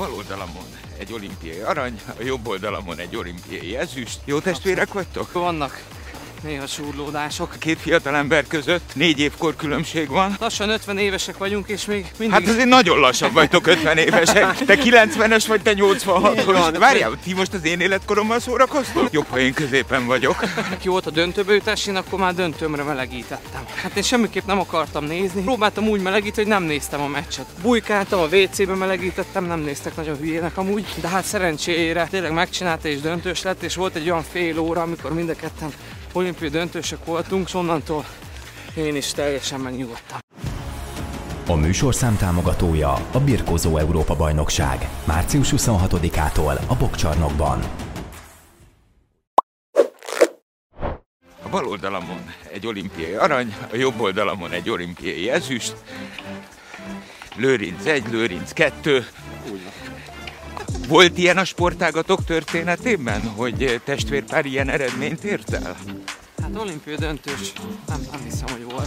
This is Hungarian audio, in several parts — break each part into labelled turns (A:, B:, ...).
A: bal oldalamon egy olimpiai arany, a jobb oldalamon egy olimpiai ezüst. Jó testvérek vagytok?
B: Vannak néha súrlódások.
A: Két fiatalember között 4 évkor különbség van.
B: Lassan 50 évesek vagyunk, és még mindig...
A: Hát azért nagyon lassabb vagytok 50 évesek. Te 90-es vagy, te 86-os. Várjál, ti most az én életkorommal szórakoztok? Jobb, ha én középen vagyok.
B: Neki volt a döntőbe jutás, én akkor már döntőmre melegítettem. Hát én semmiképp nem akartam nézni. Próbáltam úgy melegíteni, hogy nem néztem a meccset. Bujkáltam, a WC-be melegítettem, nem néztek nagyon hülyének amúgy. De hát szerencsére tényleg megcsinálta és döntős lett, és volt egy olyan fél óra, amikor mind a ketten olimpiai döntősök voltunk, és onnantól én is teljesen megnyugodtam.
C: A műsorszám támogatója a Birkózó Európa-bajnokság. Március 26-ától a Bokkcsarnokban.
A: A bal oldalamon egy olimpiai arany, a jobb oldalamon egy olimpiai ezüst. Lőrinc 1, Lőrinc 2. Volt ilyen a sportágatok történetében, hogy testvérpár ilyen eredményt ért el?
B: Hát olimpiai döntős, nem hiszem, hogy volt.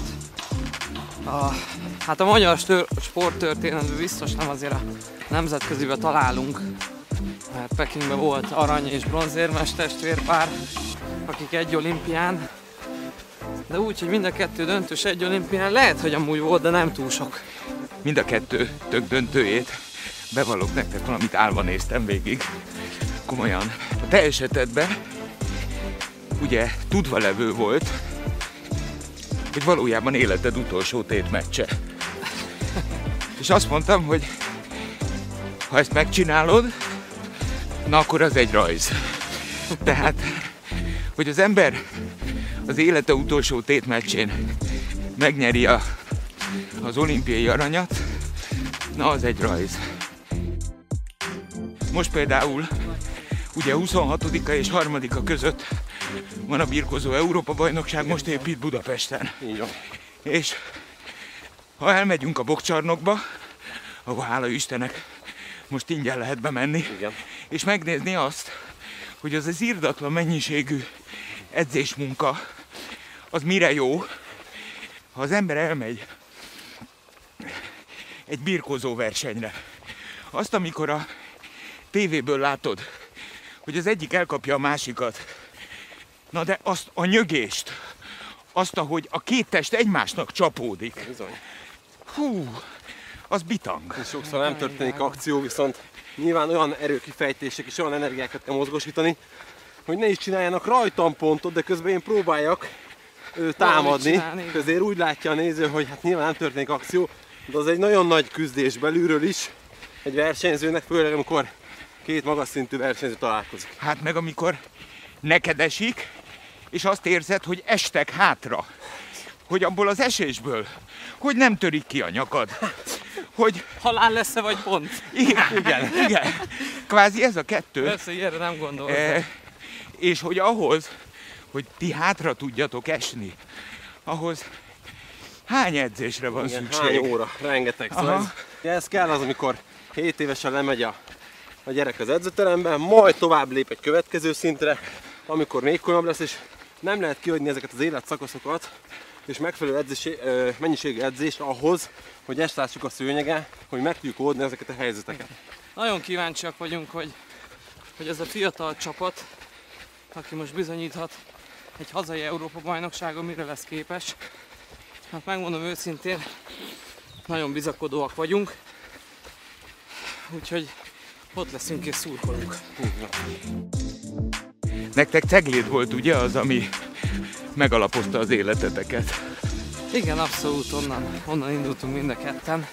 B: Hát a magyar sporttörténetben biztos nem, azért a nemzetközibe találunk, mert Pekingben volt arany és bronzérmes testvérpár, akik egy olimpián, de úgy, hogy mind a kettő döntős egy olimpián, lehet, hogy amúgy volt, de nem túl sok.
A: Mind a kettő tök döntőjét, bevallok nektek valamit, állva néztem végig, komolyan. A te esetedben ugye tudva levő volt, hogy valójában életed utolsó tétmeccse. És azt mondtam, hogy ha ezt megcsinálod, na akkor az egy rajz. Tehát, hogy az ember az élete utolsó tétmeccsén megnyeri az olimpiai aranyat, na az egy rajz. Most például ugye 26-a és 3-a között van a Birkózó Európa-bajnokság, most épít Budapesten.
D: Így van.
A: És ha elmegyünk a Bokkcsarnokba, ahol hála Istennek most ingyen lehet bemenni,
D: Igen.
A: és megnézni azt, hogy az irdatlan mennyiségű edzésmunka, az mire jó, ha az ember elmegy egy birkózó versenyre. Azt, amikor a tévéből látod, hogy az egyik elkapja a másikat, na de azt a nyögést, azt, ahogy a két test egymásnak csapódik.
D: Bizony.
A: Hú, az bitang.
D: És sokszor nem történik akció, viszont nyilván olyan erőkifejtések és olyan energiákat kell mozgosítani, hogy ne is csináljanak rajtam pontot, de közben én próbáljak támadni. Közben úgy látja a néző, hogy hát nyilván nem történik akció, de az egy nagyon nagy küzdés belülről is egy versenyzőnek, főleg amikor két magas szintű versenyző találkozik.
A: Hát meg amikor neked esik, és azt érzed, hogy estek hátra. Hogy abból az esésből, hogy nem törik ki a nyakad. Hogy...
B: halál lesz-e vagy pont?
A: Igen. Kvázi ez a kettő.
B: Persze, ilyenre nem gondoltam.
A: És hogy ahhoz, hogy ti hátra tudjatok esni, ahhoz hány edzésre van szükség?
D: Hány óra? Rengeteg. Szóval ez kell az, amikor 7 évesen lemegy a gyerek az edzőterembe, majd tovább lép egy következő szintre, amikor még komolyabb lesz, és nem lehet kihagyni ezeket az életszakaszokat, és megfelelő mennyiségű edzés ahhoz, hogy ezt lássuk a szőnyegen, hogy meg tudjuk oldani ezeket a helyzeteket.
B: Nagyon kíváncsiak vagyunk, hogy ez a fiatal csapat, aki most bizonyíthat egy hazai Európa-bajnokságon, mire lesz képes. Hát megmondom őszintén, nagyon bizakodóak vagyunk, úgyhogy ott leszünk és szurkolunk.
A: Nektek Cegléd volt ugye az, ami megalapozta az életeteket?
B: Igen, abszolút onnan indultunk mind a ketten.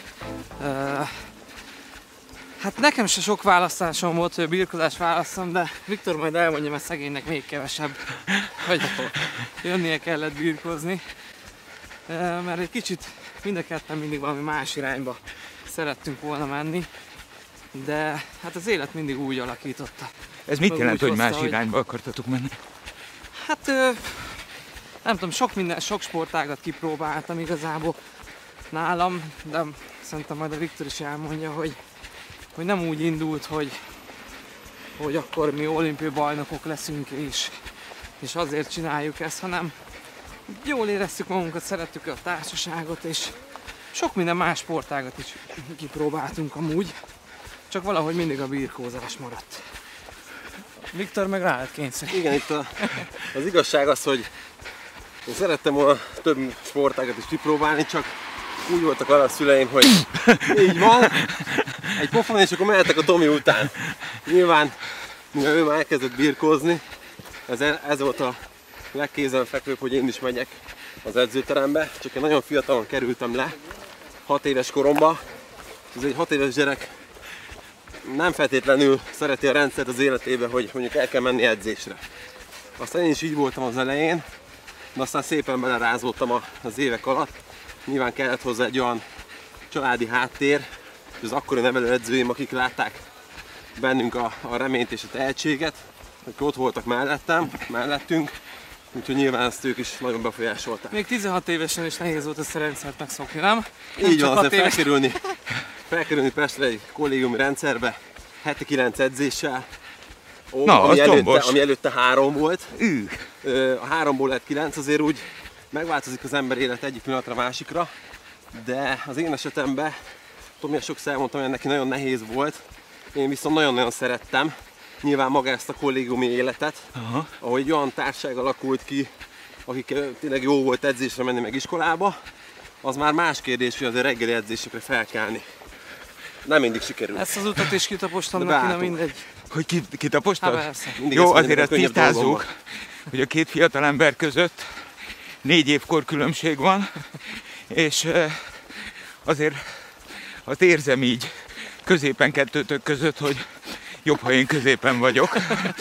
B: Hát nekem se sok választásom volt, hogy a birkózást választom, de Viktor majd elmondja, mert szegénynek még kevesebb, hogy jönnie kellett birkózni. Mert egy kicsit mind a ketten mindig valami más irányba szerettünk volna menni, de hát az élet mindig úgy alakította.
A: Ez mit jelent, hogy más irányba akartatok menni?
B: Hát nem tudom, sok sportágat kipróbáltam igazából nálam, de szerintem majd a Viktor is elmondja, hogy nem úgy indult, hogy akkor mi olimpiai bajnokok leszünk és azért csináljuk ezt, hanem jól éreztük magunkat, szerettük a társaságot, és sok minden más sportágat is kipróbáltunk amúgy. csak valahogy mindig a birkózás maradt. Viktor meg rá lett kényszerű.
D: Igen, itt az igazság az, hogy én szerettem volna több sportágat is kipróbálni, csak úgy voltak vele a szüleim, hogy így van, egy pofon, és akkor mehetek a Tomi után. Nyilván, mivel ő már elkezdett birkózni, ez volt a legkézenfekvőbb, hogy én is megyek az edzőterembe, csak én nagyon fiatalon kerültem le, 6 éves koromban. Ez egy 6 éves gyerek nem feltétlenül szereti a rendszert az életébe, hogy mondjuk el kell menni edzésre. Aztán én is így voltam az elején, de aztán szépen belerázódtam az évek alatt. Nyilván kellett hozzá egy olyan családi háttér, és az akkori nevelőedzőim, akik látták bennünk a reményt és a tehetséget, akik ott voltak mellettünk, úgyhogy nyilván ezt ők is nagyon befolyásolták.
B: Még 16 évesen is nehéz volt ezt a rendszert megszokni, nem?
D: Így van, azért felkerülni Pestre egy kollégiumi rendszerbe, heti 9 edzéssel, ami előtte 3 volt. A 3-ból lett 9, azért úgy megváltozik az ember élet egyik pillanatra a másikra, de az én esetemben, Tomi sokszor elmondtam, hogy neki nagyon nehéz volt, én viszont nagyon-nagyon szerettem. Nyilván maga ezt a kollégiumi életet, ahogy egy olyan társaság alakult ki, akik tényleg jó volt edzésre menni meg iskolába, az már más kérdés, hogy azért reggeli edzésekre felkelni. Nem mindig sikerül.
B: Ezt az utat is kitapostam neki, na mindegy.
A: Hogy kitapostad?
B: Hát persze.
A: Jó, azért ezt tisztázzuk, hogy a két fiatal ember között 4 évkor különbség van, és azért azt érzem így középen kettőtök között, hogy jobb, ha én középen vagyok,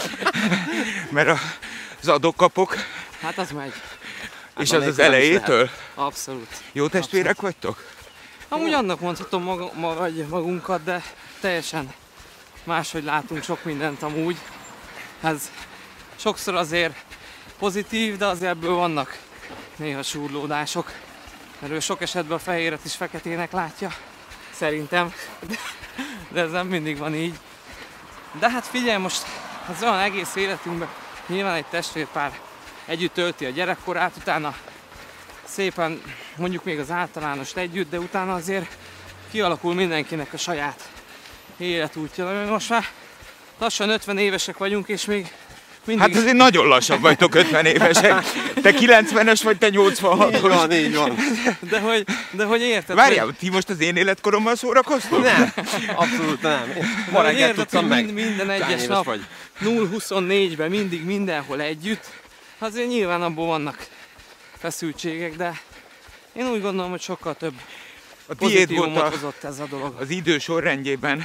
A: mert az adok-kapok.
B: Hát az megy.
A: És az elejétől?
B: Abszolút.
A: Jó testvérek vagytok?
B: Amúgy annak mondhatom magunkat, de teljesen máshogy látunk sok mindent amúgy. Ez sokszor azért pozitív, de azért ebből vannak néha súrlódások. Mert ő sok esetben a fehéret is feketének látja, szerintem, de ez nem mindig van így. De hát figyelj, most az olyan egész életünkben nyilván egy testvérpár együtt tölti a gyerekkorát, utána szépen mondjuk még az általánost együtt, de utána azért kialakul mindenkinek a saját életútja. Most már lassan 50 évesek vagyunk, és még mindig...
A: Hát azért nagyon lassan vagytok 50 évesek. Te 90-es vagy, te 86-os.
D: Így van, így van.
B: De hogy érted?
A: Várjál, ti most az én életkorommal szórakoztok?
D: Nem, abszolút nem. Ma reggel tudtam meg.
B: Minden egyes nap 0-24-ben mindig mindenhol együtt. Azért nyilván abból vannak feszültségek, de én úgy gondolom, hogy sokkal több pozitívumot hozott ez a dolog.
A: Az idő sorrendjében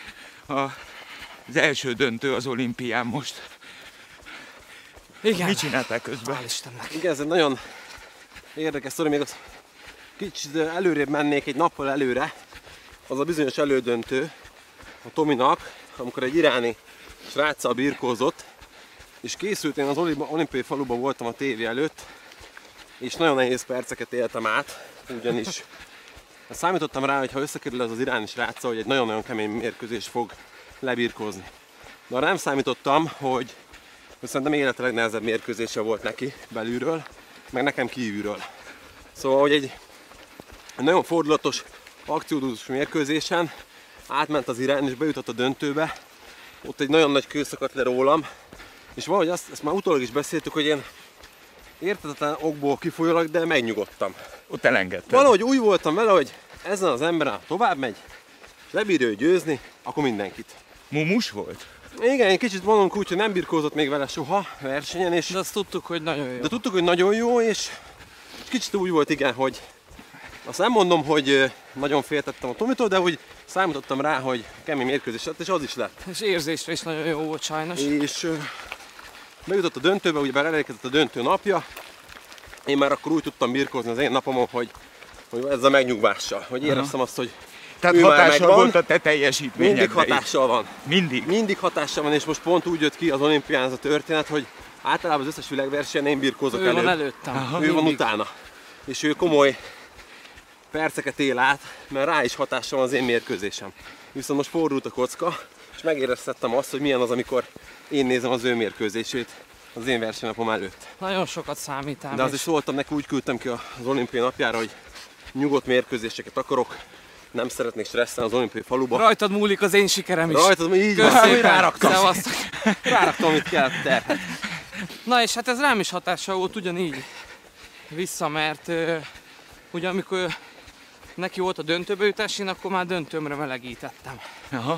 A: az első döntő az olimpián most.
B: Igen.
A: Mit csináltál közben?
B: Hál' Istennek.
D: Igen, ez egy nagyon érdekes sztori, még az kicsit előrébb mennék, egy nappal előre, az a bizonyos elődöntő a Tominak, amikor egy iráni sráccal birkózott, és készült, én az olimpiai faluban voltam a tévé előtt, és nagyon nehéz perceket éltem át, ugyanis számítottam rá, hogy ha összekerül ez az iráni sráccal, hogy egy nagyon-nagyon kemény mérkőzés fog lebirkózni. De arra nem számítottam, hogy szerintem élete legnehezebb mérkőzése volt neki belülről, meg nekem kívülről. Szóval, hogy egy nagyon fordulatos, akciódús mérkőzésen átment az irány és bejutott a döntőbe, ott egy nagyon nagy kő szakadt le rólam, és valahogy ezt már utólag is beszéltük, hogy én érthetetlen okból kifolyólag, de megnyugodtam.
A: Ott elengedted.
D: Valahogy úgy voltam vele, hogy ezen az ember tovább megy, és lebírja ő győzni, akkor mindenkit.
A: Mumus volt?
D: Igen, egy kicsit mondunk úgy, hogy nem birkózott még vele soha versenyen, és...
B: De azt tudtuk, hogy nagyon jó.
D: De tudtuk, hogy nagyon jó, és kicsit úgy volt, igen, hogy... Azt nem mondom, hogy nagyon féltettem a Tomitól, de úgy számítottam rá, hogy kemény mérkőzés lett, és az is lett.
B: És érzésre is nagyon jó volt sajnos.
D: És bejutott a döntőbe, ugyebár elérkezett a döntő napja. Én már akkor úgy tudtam birkózni az én napomon, hogy ezzel megnyugvással, hogy éreztem azt, hogy
A: tehát hatással volt a te teljesítményedre.
D: Mindig hatással van.
A: Mindig?
D: Mindig hatással van, és most pont úgy jött ki az olimpián ez a történet, hogy általában az összes világversenyen én birkózok előbb.
B: Ő van előttem.
D: Ő van utána. És ő komoly perceket él át, mert rá is hatással van az én mérkőzésem. Viszont most fordult a kocka, és megéreztettem azt, hogy milyen az, amikor én nézem az ő mérkőzését az én versenynapom előtt.
B: Nagyon sokat számít ám.
D: De azért szóltam neki, úgy küldtem ki az olimpiai napjára, hogy nyugodt mérkőzéseket akarok, nem szeretnék stresszelni az olimpiai faluba.
B: Rajtad múlik az én sikerem is.
D: Rajtad, így van, ráraktam, amit kell terhet.
B: Na és hát ez rám is hatással volt ugyanígy vissza, mert ugye amikor neki volt a döntőbe jutás, én akkor már döntőmre melegítettem.
A: Aha.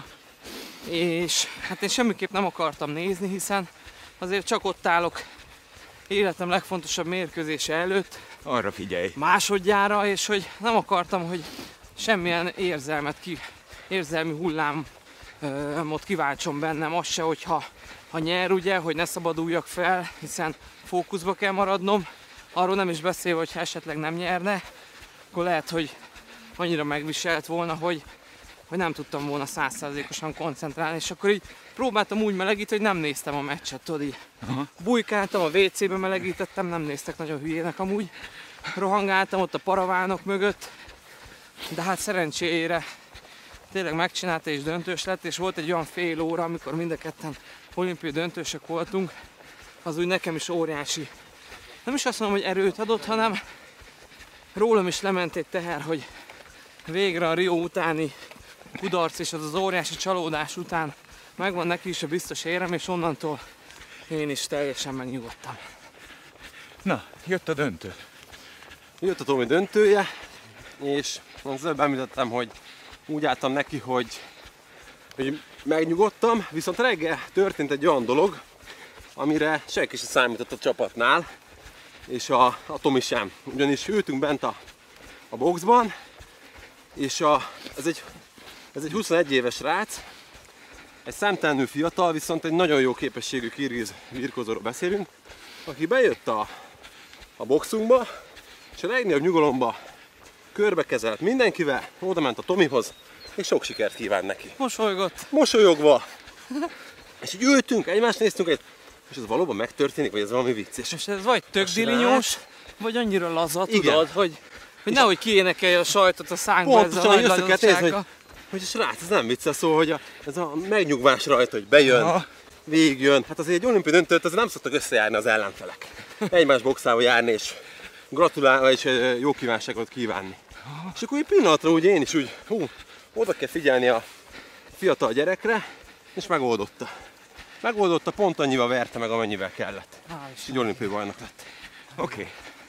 B: És hát én semmiképp nem akartam nézni, hiszen azért csak ott állok életem legfontosabb mérkőzése előtt.
A: Arra figyelj.
B: Másodjára, és hogy nem akartam, hogy semmilyen érzelmi hullámot kiváltson bennem. Az se, hogyha nyer, ugye, hogy ne szabaduljak fel, hiszen fókuszba kell maradnom. Arról nem is beszélve, hogyha esetleg nem nyerne, akkor lehet, hogy annyira megviselt volna, hogy nem tudtam volna 100%-osan koncentrálni, és akkor így próbáltam úgy melegíteni, hogy nem néztem a meccset, tudod így. Bujkáltam, a WC-be melegítettem, nem néztek nagyon hülyének amúgy. Rohangáltam ott a paravánok mögött, de hát szerencsére tényleg megcsinálta és döntős lett, és volt egy olyan fél óra, amikor mind a ketten olimpiai döntősök voltunk, az úgy nekem is óriási. Nem is azt mondom, hogy erőt adott, hanem rólam is lement egy teher, hogy végre a Rio utáni kudarc és az óriási csalódás után megvan neki is a biztos érem, és onnantól én is teljesen megnyugodtam.
A: Na, jött a döntő.
D: Jött a Tomi döntője, és az előbb említettem, hogy úgy álltam neki, hogy megnyugodtam, viszont reggel történt egy olyan dolog, amire senki sem számított a csapatnál, és a Tomi sem. Ugyanis ültünk bent a boxban, és ez egy 21 éves srác, egy számtalanul fiatal, viszont egy nagyon jó képességű kirgiz birkózóról beszélünk, aki bejött a boxunkba, és a legnagyobb nyugalomba körbekezelt mindenkivel, oda ment a Tomihoz, és sok sikert kíván neki.
B: Mosolygott.
D: Mosolyogva. És így ültünk, egymást néztünk, és ez valóban megtörténik, vagy ez valami vicces.
B: És ez vagy tök dilinyós, vagy annyira laza, tudod, hogy nehogy kiénekelje a sajtot a szánkba ezzel a nagy lazossággal.
D: Hogy a srác, ez nem vicces, szóval, hogy ez a megnyugvás rajta, hogy bejön, végigjön. Hát azért egy olimpiai döntőt azért nem szoktak összejárni az ellenfelek. Egymás boxába járni és gratulálni, és jó kívánságot kívánni. És akkor egy pillanatra úgy én is oda kell figyelni a fiatal gyerekre, és megoldotta. Megoldotta, pont annyival verte meg, amennyivel kellett. És így olimpiai bajnok lett.
A: Oké.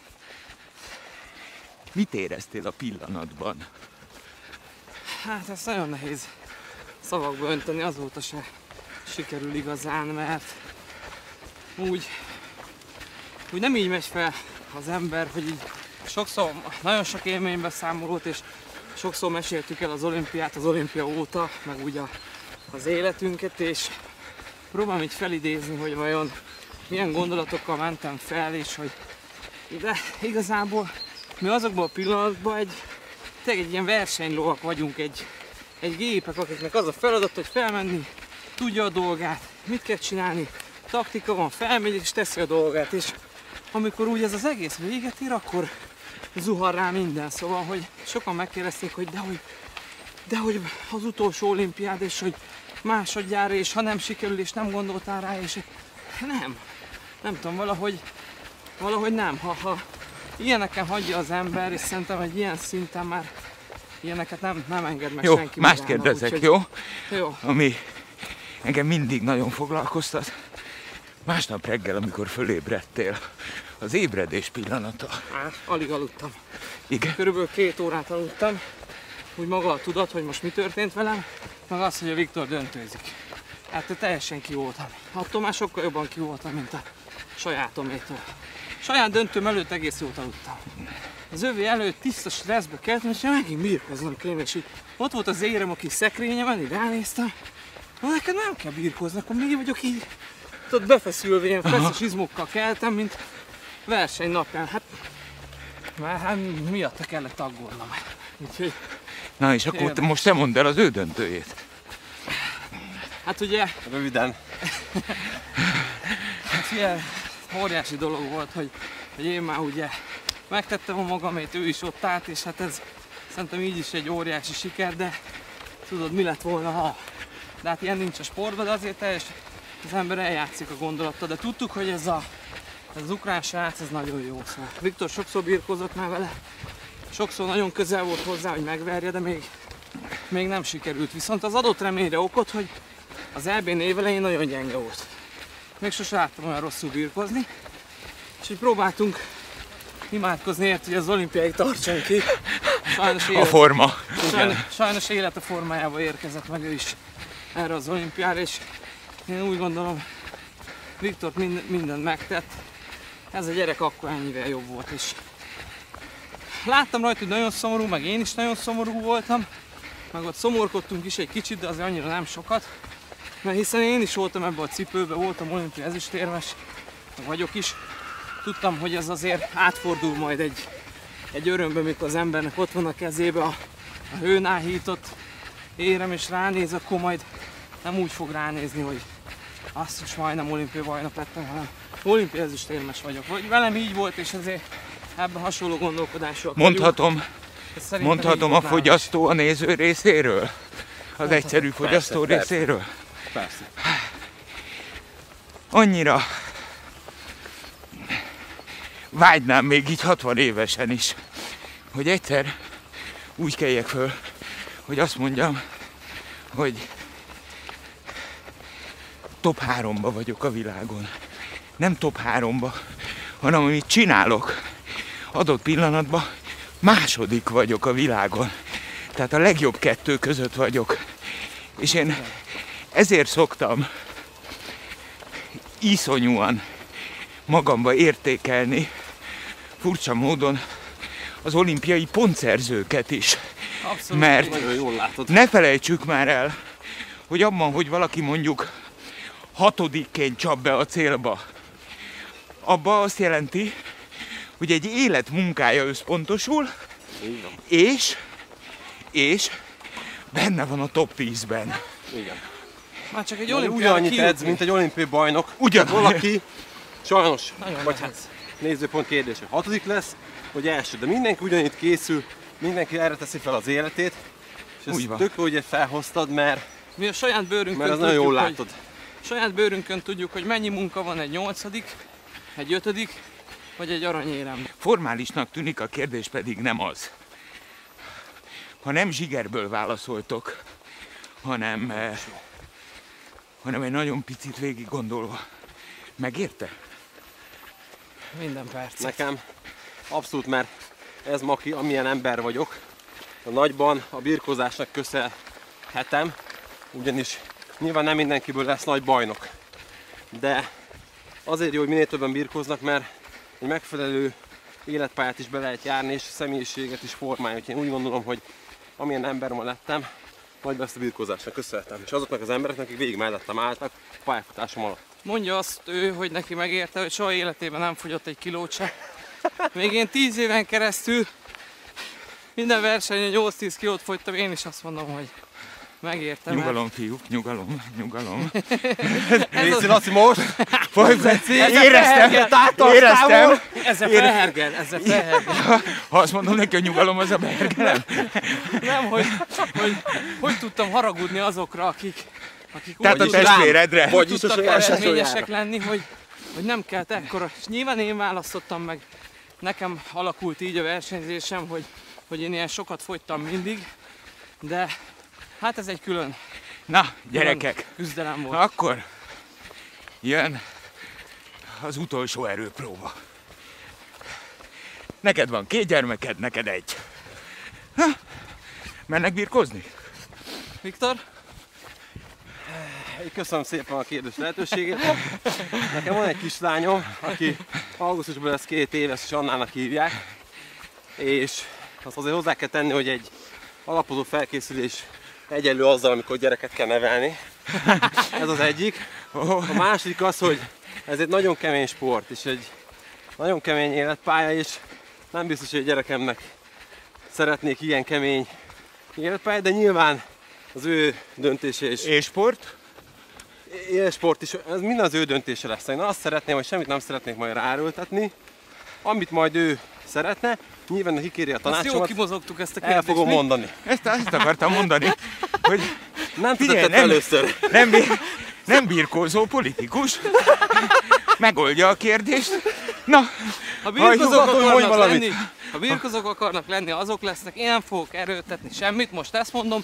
A: Mit éreztél a pillanatban?
B: Hát ez nagyon nehéz szavakba önteni, azóta se sikerül igazán, mert úgy nem így megy fel az ember, hogy így sokszor, nagyon sok élményben számolt, és sokszor meséltük el az olimpiát az olimpia óta, meg úgy az életünket, és próbálom így felidézni, hogy vajon milyen gondolatokkal mentem fel, és hogy de igazából mi azokban a pillanatban egy ilyen versenylovak vagyunk, egy gépek, akiknek az a feladat, hogy felmenni, tudja a dolgát, mit kell csinálni, taktika van, felmegy és teszi a dolgát, és amikor úgy ez az egész véget ér, akkor zuhan rá minden, szóval, hogy sokan megkérdezték, hogy de hogy az utolsó olimpiád, és hogy másodjára, és ha nem sikerül, és nem gondoltál rá, és nem tudom, valahogy nem, ha ilyeneken hagyja az ember, és szerintem egy ilyen szinten már ilyeneket nem enged meg
A: jó,
B: senki
A: mást
B: magának,
A: kérdezek,
B: úgyhogy...
A: jó? Ami engem mindig nagyon foglalkoztat, másnap reggel, amikor fölébredtél, az ébredés pillanata.
B: Alig aludtam.
A: Igen?
B: Körülbelül 2 órát aludtam, úgy maga a tudat, hogy most mi történt velem, meg az, hogy a Viktor döntőzik. Hát teljesen ki voltam. Attól már sokkal jobban ki voltam, mint a sajátométől. Saját döntőm előtt egész jót aludtam. Az övé előtt tiszta stresszbe keltem, és megint birkóznom kéne, és így ott volt az érem a kis szekrényemen, így ránéztem. Neked nem kell birkózni, akkor mi vagyok így, tudod, befeszülve ilyen feszes izmokkal keltem, mint verseny napján. Hát miatta kellett aggódnom. Úgyhogy...
A: Na és akkor most te mondd el az ő döntőjét.
B: Hát ugye...
D: Röviden.
B: Hát ilyen óriási dolog volt, hogy én már ugye megtettem a magamét, ő is ott állt, és hát ez szerintem így is egy óriási siker, de tudod, mi lett volna, ha... De hát ilyen nincs a sportban, de azért az ember eljátszik a gondolattal, de tudtuk, hogy ez az ukrán srác, ez nagyon jó szóval. Viktor sokszor birkózott már vele, sokszor nagyon közel volt hozzá, hogy megverje, de még még nem sikerült. Viszont az adott reményre okot, hogy az EB-n évelején nagyon gyenge volt. Még sose láttam olyan rosszul birkozni. És így próbáltunk imádkozni ért, hogy az olimpiáig tartson ki.
A: A forma.
B: Sajnos élete formájába érkezett meg ő is erre az olimpiára, és én úgy gondolom, Viktor mindent megtett. Ez a gyerek akkor ennyivel jobb volt is. Láttam rajta, hogy nagyon szomorú, meg én is nagyon szomorú voltam. Meg ott szomorkodtunk is egy kicsit, de azért annyira nem sokat. Mert hiszen én is voltam ebben a cipőben, voltam olimpiai ezüstérmes, vagyok is. Tudtam, hogy ez azért átfordul majd egy örömbe, mikor az embernek ott van a kezébe a hőn áhított érem, és ránéz, akkor majd nem úgy fog ránézni, hogy azt is majdnem olimpiai bajnok lettem, hanem olimpiai ezüstérmes vagyok. Vagy velem így volt, és ezért ebben hasonló gondolkodásúak
A: Mondhatom a fogyasztó a néző részéről? Az egyszerű fogyasztó részéről?
D: Persze.
A: Annyira vágynám még így 60 évesen is, hogy egyszer úgy keljek föl, hogy azt mondjam, hogy top 3-ba vagyok a világon. Nem top 3-ba, hanem amit csinálok adott pillanatban, második vagyok a világon. Tehát a legjobb 2 között vagyok. És én ezért szoktam iszonyúan magamba értékelni furcsa módon az olimpiai pontszerzőket is.
B: Abszolút,
A: mert
D: nagyon jól látod.
A: Ne felejtsük már el, hogy abban, hogy valaki mondjuk 6-ként csap be a célba, abba azt jelenti, hogy egy élet munkája összpontosul, és benne van a top 10-ben.
D: Igen.
B: Már csak egy
D: Ugyanannyit
B: olimpiára
D: edz, mint egy olimpiai bajnok.
A: Ugyan.
D: Valaki sajnos,
B: Nagyon
D: vagy
B: nehéz.
D: hát nézőpont kérdése, 6. lesz, vagy első. De mindenki ugyanitt készül, mindenki erre teszi fel az életét. És
A: Úgy
D: ezt
A: van.
D: tök jó, hogy felhoztad, mert
B: Mi a saját bőrünkön
D: ez nagyon jól
B: tudjuk,
D: látod.
B: saját bőrünkön tudjuk, hogy mennyi munka van egy 8., egy 5. vagy egy aranyérem.
A: Formálisnak tűnik, a kérdés pedig nem az. Ha nem zsigerből válaszoltok, hanem egy nagyon picit végig gondolva. Megérte?
B: Minden perc.
D: Nekem abszolút, mert ez ma ki, amilyen ember vagyok. A nagyban a birkózásnak köszönhetem, ugyanis nyilván nem mindenkiből lesz nagy bajnok. De azért jó, hogy minél többen birkóznak, mert egy megfelelő életpályát is be lehet járni, és személyiséget is formálni. Úgyhogy én úgy gondolom, hogy amilyen ember ma lettem, nagyban ezt a birkózásnak köszönhetem. És azoknak az embereknek, akik végig mellettem álltak a pályafutásom alatt.
B: Mondja azt ő, hogy neki megérte, hogy soha életében nem fogyott egy kilót se. Még én 10 éven keresztül minden versenyen 8-10 kilót fogytam, én is azt mondom, hogy megérte.
A: Nyugalom, fiúk, nyugalom.
D: Léci Laci most!
A: Éreztem.
B: Ezzel felhergel.
A: Ha azt mondom neki, hogy nyugalom, az a behergelem.
B: Nem, hogy tudtam haragudni azokra, akik
A: Tehát a
B: úgy
A: testvéredre.
D: Vagy is a
B: tudtak
D: saját
B: eredményesek
D: tesójára.
B: lenni, hogy nem kellett ekkora. És nyilván én választottam meg, nekem alakult így a versenyzésem, hogy én ilyen sokat fogytam mindig, de hát ez egy külön
A: Na, gyerekek,
B: küzdelem volt.
A: akkor jön az utolsó erőpróba. Neked van 2 gyermeked, neked 1. Mennek birkózni?
B: Viktor?
D: Köszönöm szépen a kérdés lehetőségét. Nekem van egy kislányom, aki augusztusban lesz 2 éves, és Annának hívják. És azt azért hozzá kell tenni, hogy egy alapozó felkészülés egyenlő azzal, amikor gyereket kell nevelni. Ez az egyik. A második az, hogy ez egy nagyon kemény sport, és egy nagyon kemény életpálya, és nem biztos, hogy a gyerekemnek szeretnék ilyen kemény életpályát, de nyilván az ő döntése is.
A: Élsport?
D: Élsport is, ez minden az ő döntése lesz. Én azt szeretném, hogy semmit nem szeretnék majd ráerőltetni. Amit majd ő szeretne, nyilván neki kéri a
B: Ezt jól
D: tanácsomat,
B: kimozogtuk ezt a
D: el
B: kérdést.
D: fogom mondani.
A: Ezt akartam mondani, hogy
D: Nem
A: Figyelj,
D: tudod először.
A: nem birkózó politikus, megoldja a kérdést. Na,
B: Ha birkozók
D: nyugodtan mondj
B: akarnak
D: valamit.
B: lenni, ha birkozók akarnak lenni, azok lesznek. Én nem fogok erőltetni semmit, most ezt mondom.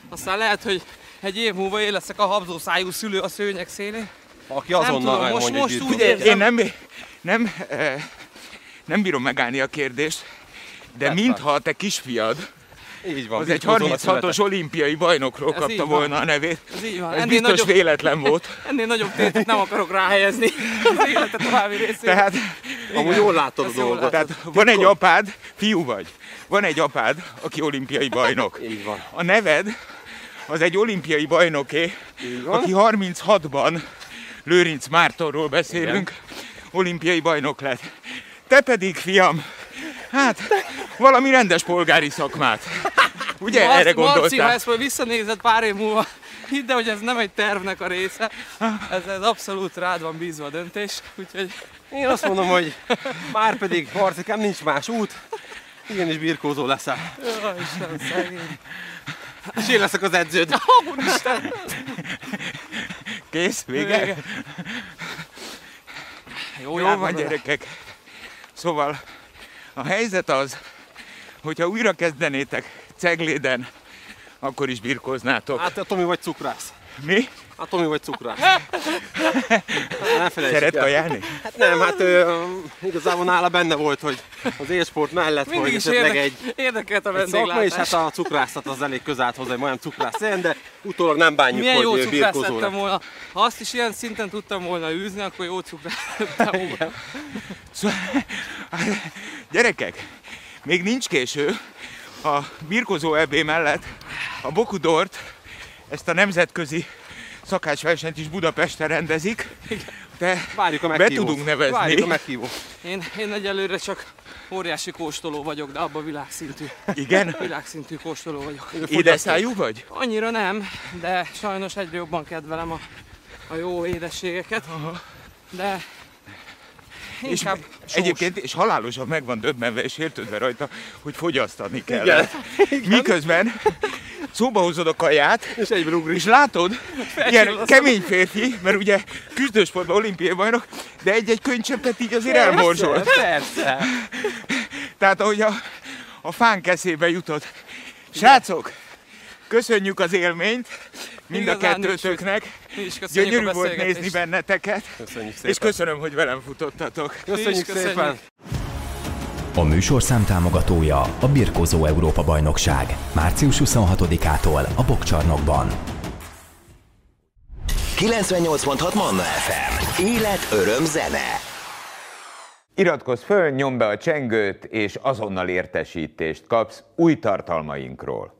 B: Aztán lehet, hogy egy év múlva én leszek a habzószájú szülő a szőnyeg szélén.
D: Aki azonnal megmondja,
B: most úgy
A: Ugye,
B: érzem.
A: én nem bírom megállni a kérdést, de mintha a te kisfiad
D: így van,
A: az egy
D: birkózónak
A: 36-os
D: született.
A: olimpiai bajnokról
B: Ez
A: kapta
B: így van.
A: volna a nevét.
B: Ez így van.
A: Ez biztos véletlen volt.
B: Ennél nagyobb tétet nem akarok ráhelyezni az élete további részére.
A: Tehát,
D: Amúgy jól látod a
B: Ezt jól
D: dolgot.
B: látod.
A: tehát van egy apád, fiú vagy, van egy apád, aki olimpiai bajnok.
D: Így van.
A: A neved az egy olimpiai bajnoké,
D: Így van.
A: aki 36-ban, Lőrinc Mártonról beszélünk, olimpiai bajnok lett. Te pedig, fiam, hát valami rendes polgári szakmát. Ugye erre
B: Marci, ha
A: gondoltál?
B: ezt majd visszanézed pár év múlva, hidd el, hogy ez nem egy tervnek a része. Ez abszolút rád van bízva a döntés, úgyhogy
D: Én azt mondom, hogy már pedig, Marcikám, nincs más út. Igenis birkózó leszel.
B: Jaj, Isten, szegény.
D: És én leszek az edződ.
B: Úristen!
A: Kész? Vége? Jó
B: jár
A: van,
B: vele.
A: gyerekek. Szóval a helyzet az, hogyha újra kezdenétek Cegléden, akkor is birkóznátok.
D: Hát, Tomi vagy cukrász.
A: Mi?
D: Hát, Tomi vagy cukrász. Ne felejtsük
A: Szeret
D: el.
A: kajálni?
D: Hát nem, hát igazából nála benne volt, hogy az élsport mellett,
B: Mindig
D: hogy
B: is
D: esetleg
B: érdekelt a
D: egy szakma, és
B: vendéglátás.
D: hát a cukrászat az elég közel állt hozzá, hogy olyan cukrász legyen, de utólag nem bánjuk,
B: Milyen jó
D: hogy
B: cukrász
D: birkózó
B: lettem
D: lett.
B: volna. Ha azt is ilyen szinten tudtam volna űzni, akkor jó cukrász lettem volna.
A: Szóval, gyerekek, még nincs késő. A birkózó EB mellett a Bokudort, ezt a nemzetközi szakácsversenyt is Budapesten rendezik. De
D: Várjuk a
A: be
D: meghívót.
A: tudunk nevezni.
D: Várjuk a meghívót.
B: Én egyelőre csak óriási kóstoló vagyok, de abban
A: Igen?
B: világszintű kóstoló vagyok.
A: Édeszájú vagy?
B: Annyira nem, de sajnos egyre jobban kedvelem a jó édességeket. De inkább sós.
A: Egyébként, és halálosan meg van döbbenve és értődve rajta, hogy fogyasztani kell. Miközben szóba hozod a kaját,
D: És egyből ugrik.
A: és látod, ilyen kemény férfi, mert ugye küzdősportban olimpiai bajnok, de egy-egy könycseppet így azért elmorzsol.
D: Persze.
A: Tehát ahogy a fánk eszébe jutott. Srácok, köszönjük az élményt mind a
B: Igazán
A: kettőtöknek.
B: Mi is köszönjük
A: Gyönyörű
B: a
A: volt
B: beszélgetést.
A: nézni benneteket,
D: Köszönjük szépen.
A: és köszönöm, hogy velem futottatok.
D: Köszönjük
B: köszönjük.
D: szépen.
C: A műsorszám támogatója a Birkózó Európa Bajnokság. Március 26-ától a Bokcsarnokban.
E: 98.6 Manna FM. Élet, öröm, zene.
A: Iratkozz föl, nyomd be a csengőt, és azonnal értesítést kapsz új tartalmainkról.